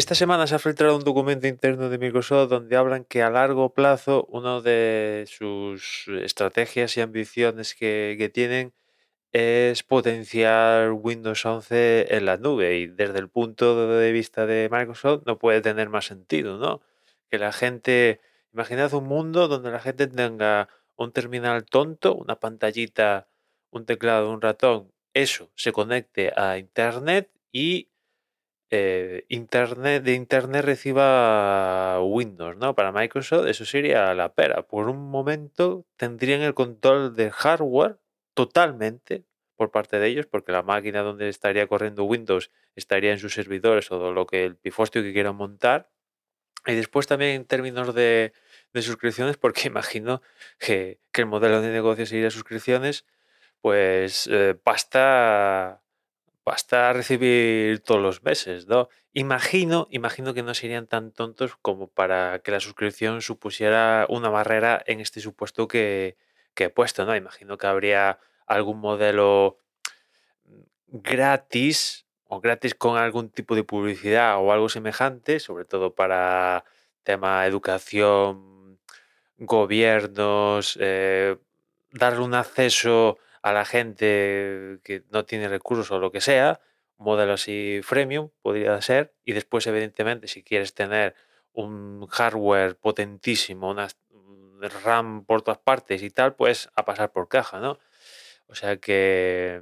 Esta semana se ha filtrado un documento interno de Microsoft donde hablan que a largo plazo una de sus estrategias y ambiciones que tienen es potenciar Windows 11 en la nube y desde el punto de vista de Microsoft no puede tener más sentido, ¿no? Que la gente, imaginad un mundo donde la gente tenga un terminal tonto, una pantallita, un teclado, un ratón, eso se conecte a Internet y de internet reciba Windows, ¿no? Para Microsoft eso sería la pera. Por un momento tendrían el control del hardware totalmente por parte de ellos, porque la máquina donde estaría corriendo Windows estaría en sus servidores o lo que el pifostio que quieran montar. Y después también en términos de suscripciones, porque imagino que el modelo de negocio sería suscripciones, pues basta recibir todos los meses, ¿no? Imagino que no serían tan tontos como para que la suscripción supusiera una barrera en este supuesto que he puesto, ¿no? Imagino que habría algún modelo gratis o gratis con algún tipo de publicidad o algo semejante, sobre todo para tema educación, gobiernos, darle un acceso a la gente que no tiene recursos o lo que sea, un modelo así freemium podría ser, y después evidentemente si quieres tener un hardware potentísimo, una RAM por todas partes y tal, pues a pasar por caja, ¿no? O sea que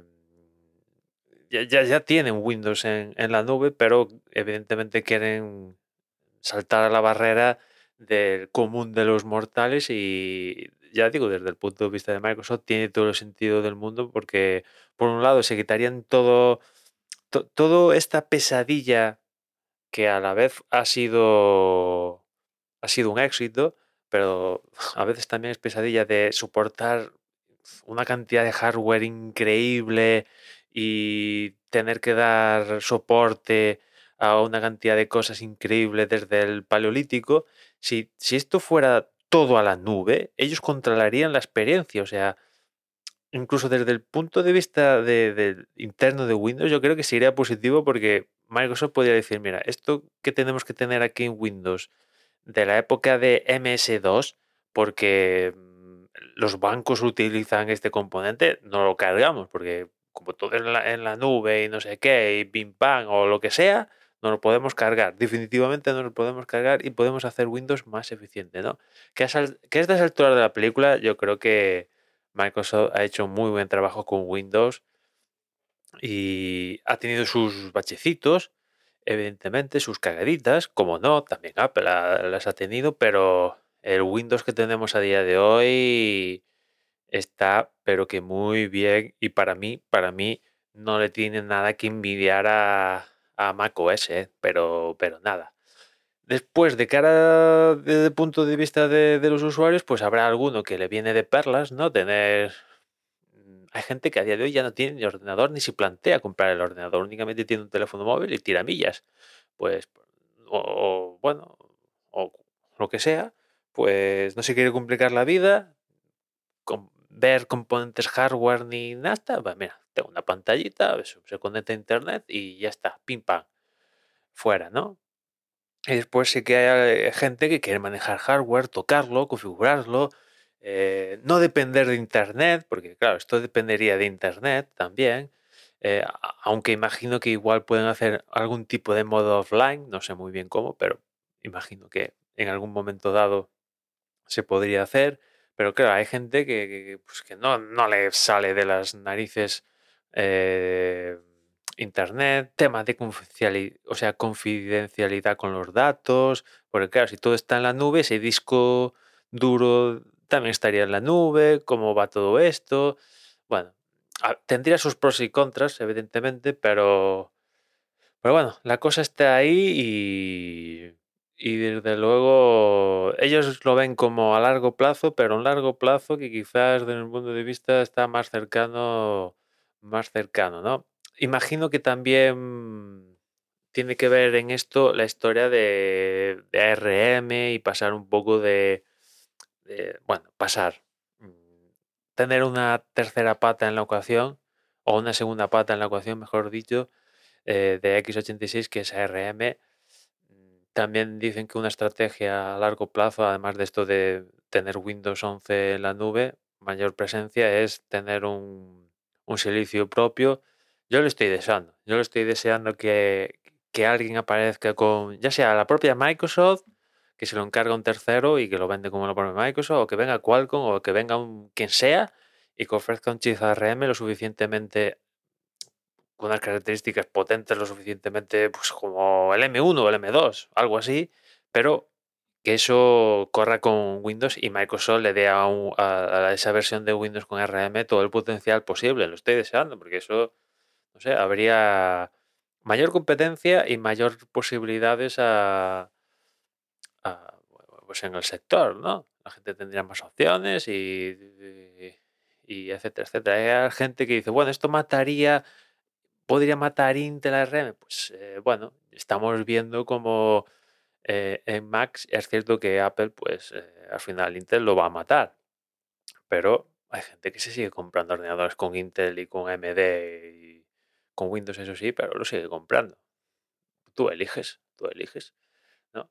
ya tienen Windows en la nube, pero evidentemente quieren saltar a la barrera del común de los mortales y ya digo, desde el punto de vista de Microsoft tiene todo el sentido del mundo porque por un lado se quitarían todo esta pesadilla que a la vez ha sido un éxito, pero a veces también es pesadilla de soportar una cantidad de hardware increíble y tener que dar soporte a una cantidad de cosas increíbles desde el Paleolítico. Si esto fuera todo a la nube, ellos controlarían la experiencia. O sea, incluso desde el punto de vista interno de Windows, yo creo que sería positivo porque Microsoft podría decir, mira, esto que tenemos que tener aquí en Windows de la época de MS2, porque los bancos utilizan este componente, no lo cargamos, porque como todo en la nube y no sé qué, y pim pam o lo que sea, no lo podemos cargar. Definitivamente no lo podemos cargar y podemos hacer Windows más eficiente, ¿no? Que a estas alturas de la película yo creo que Microsoft ha hecho un muy buen trabajo con Windows y ha tenido sus bachecitos, evidentemente, sus cagaditas, como no, también Apple las ha tenido, pero el Windows que tenemos a día de hoy está, pero que muy bien, y para mí no le tiene nada que envidiar a macOS, pero nada. Después, de cara desde el punto de vista de los usuarios, pues habrá alguno que le viene de perlas, ¿no? Hay gente que a día de hoy ya no tiene ni ordenador ni se plantea comprar el ordenador, únicamente tiene un teléfono móvil y tira millas. Pues, bueno, o lo que sea, pues no se quiere complicar la vida, ver componentes hardware ni nada. Pues mira, tengo una pantallita, eso, se conecta a internet y ya está, pim pam, fuera, ¿no? Y después sí que hay gente que quiere manejar hardware, tocarlo, configurarlo, no depender de Internet, porque claro, esto dependería de Internet también, aunque imagino que igual pueden hacer algún tipo de modo offline, no sé muy bien cómo, pero imagino que en algún momento dado se podría hacer, pero claro, hay gente pues, que no le sale de las narices eh, Internet, temas de confidencialidad, o sea, confidencialidad con los datos, porque claro, si todo está en la nube, ese disco duro también estaría en la nube, cómo va todo esto. Bueno, tendría sus pros y contras, evidentemente, pero bueno, la cosa está ahí y desde luego ellos lo ven como a largo plazo, pero un largo plazo que quizás desde mi punto de vista está más cercano, ¿no? Imagino que también tiene que ver en esto la historia de ARM y pasar un poco bueno, tener una tercera pata en la ecuación, o una segunda pata en la ecuación, mejor dicho, de x86, que es ARM, también dicen que una estrategia a largo plazo, además de esto de tener Windows 11 en la nube, mayor presencia es tener un servicio propio. Yo lo estoy deseando. Yo lo estoy deseando que alguien aparezca con, ya sea la propia Microsoft, que se lo encarga un tercero y que lo vende como la propia Microsoft, o que venga Qualcomm, o que venga quien sea y que ofrezca un chip ARM lo suficientemente, con unas características potentes lo suficientemente, pues como el M1 o el M2, algo así, pero que eso corra con Windows y Microsoft le dé a esa versión de Windows con ARM todo el potencial posible. Lo estoy deseando, porque eso, no sé, habría mayor competencia y mayor posibilidades pues en el sector, ¿no? La gente tendría más opciones y etcétera, etcétera. Hay gente que dice, bueno, esto podría matar Intel ARM. Pues bueno, estamos viendo como en Macs es cierto que Apple, pues al final Intel lo va a matar, pero hay gente que se sigue comprando ordenadores con Intel y con AMD y con Windows, eso sí, pero lo sigue comprando. Tú eliges, ¿no?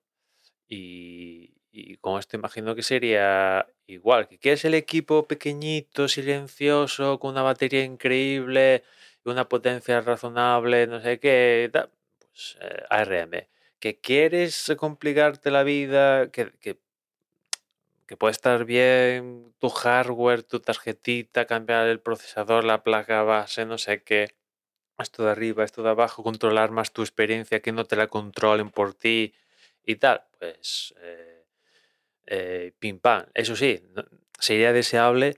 Y con esto imagino que sería igual, que quieres el equipo pequeñito, silencioso, con una batería increíble, una potencia razonable, no sé qué, pues ARM. Que quieres complicarte la vida, que puede estar bien tu hardware, tu tarjetita, cambiar el procesador, la placa base, no sé qué, esto de arriba, esto de abajo, controlar más tu experiencia, que no te la controlen por ti y tal, pues pim pam. Eso sí, sería deseable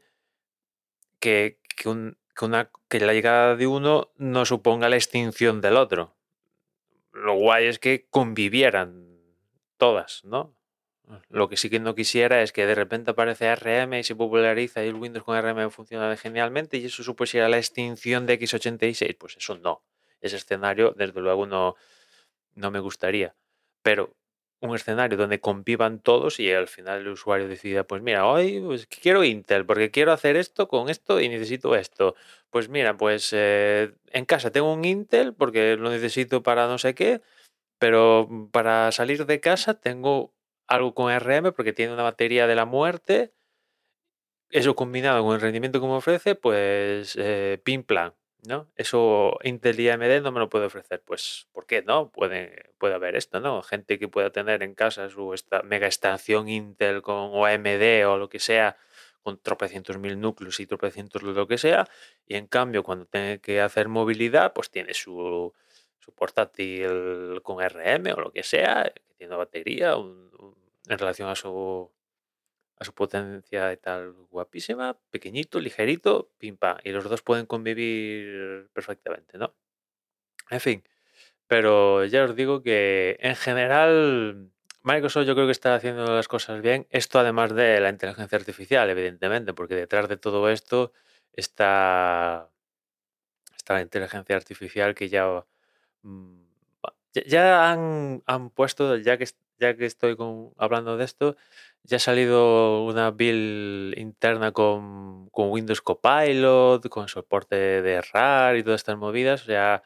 que la llegada de uno no suponga la extinción del otro. Lo guay es que convivieran todas, ¿no? Lo que sí que no quisiera es que de repente aparece ARM y se populariza y el Windows con ARM funciona genialmente y eso supusiera la extinción de x86. Pues eso no. Ese escenario, desde luego, no me gustaría. Pero un escenario donde convivan todos y al final el usuario decida, pues mira, hoy pues, quiero Intel porque quiero hacer esto con esto y necesito esto. Pues mira, pues en casa tengo un Intel porque lo necesito para no sé qué, pero para salir de casa tengo algo con RM porque tiene una batería de la muerte. Eso combinado con el rendimiento que me ofrece, pues pin plan, ¿no? Eso Intel y AMD no me lo puede ofrecer. Pues, ¿por qué no? Puede haber esto, ¿no? Gente que pueda tener en casa su mega estación Intel o AMD o lo que sea, con tropecientos mil núcleos y tropecientos lo que sea, y en cambio cuando tenga que hacer movilidad, pues tiene su portátil con RM o lo que sea, que tiene batería en relación a su potencia y tal, guapísima, pequeñito, ligerito, pim pam. Y los dos pueden convivir perfectamente, ¿no? En fin, pero ya os digo que en general Microsoft yo creo que está haciendo las cosas bien. Esto además de la inteligencia artificial, evidentemente, porque detrás de todo esto está, está la inteligencia artificial que mm, ya han puesto, ya que estoy hablando de esto, ya ha salido una build interna con Windows Copilot, con soporte de RAR y todas estas movidas. O sea,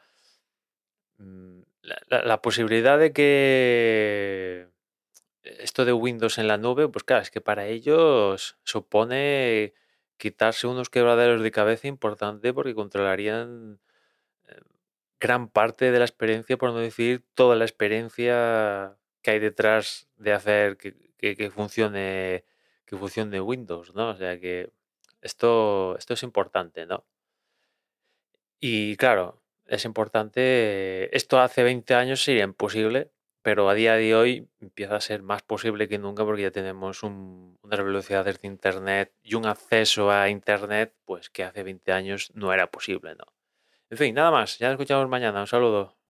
la posibilidad de que esto de Windows en la nube, pues claro, es que para ellos supone quitarse unos quebraderos de cabeza importante porque controlarían eh, gran parte de la experiencia, por no decir toda la experiencia que hay detrás de hacer que funcione Windows, ¿no? O sea que esto es importante, ¿no? Y claro, es importante, esto hace 20 años sería imposible, pero a día de hoy empieza a ser más posible que nunca porque ya tenemos unas velocidades de Internet y un acceso a Internet, pues que hace 20 años no era posible, ¿no? En fin, nada más. Ya nos escuchamos mañana. Un saludo.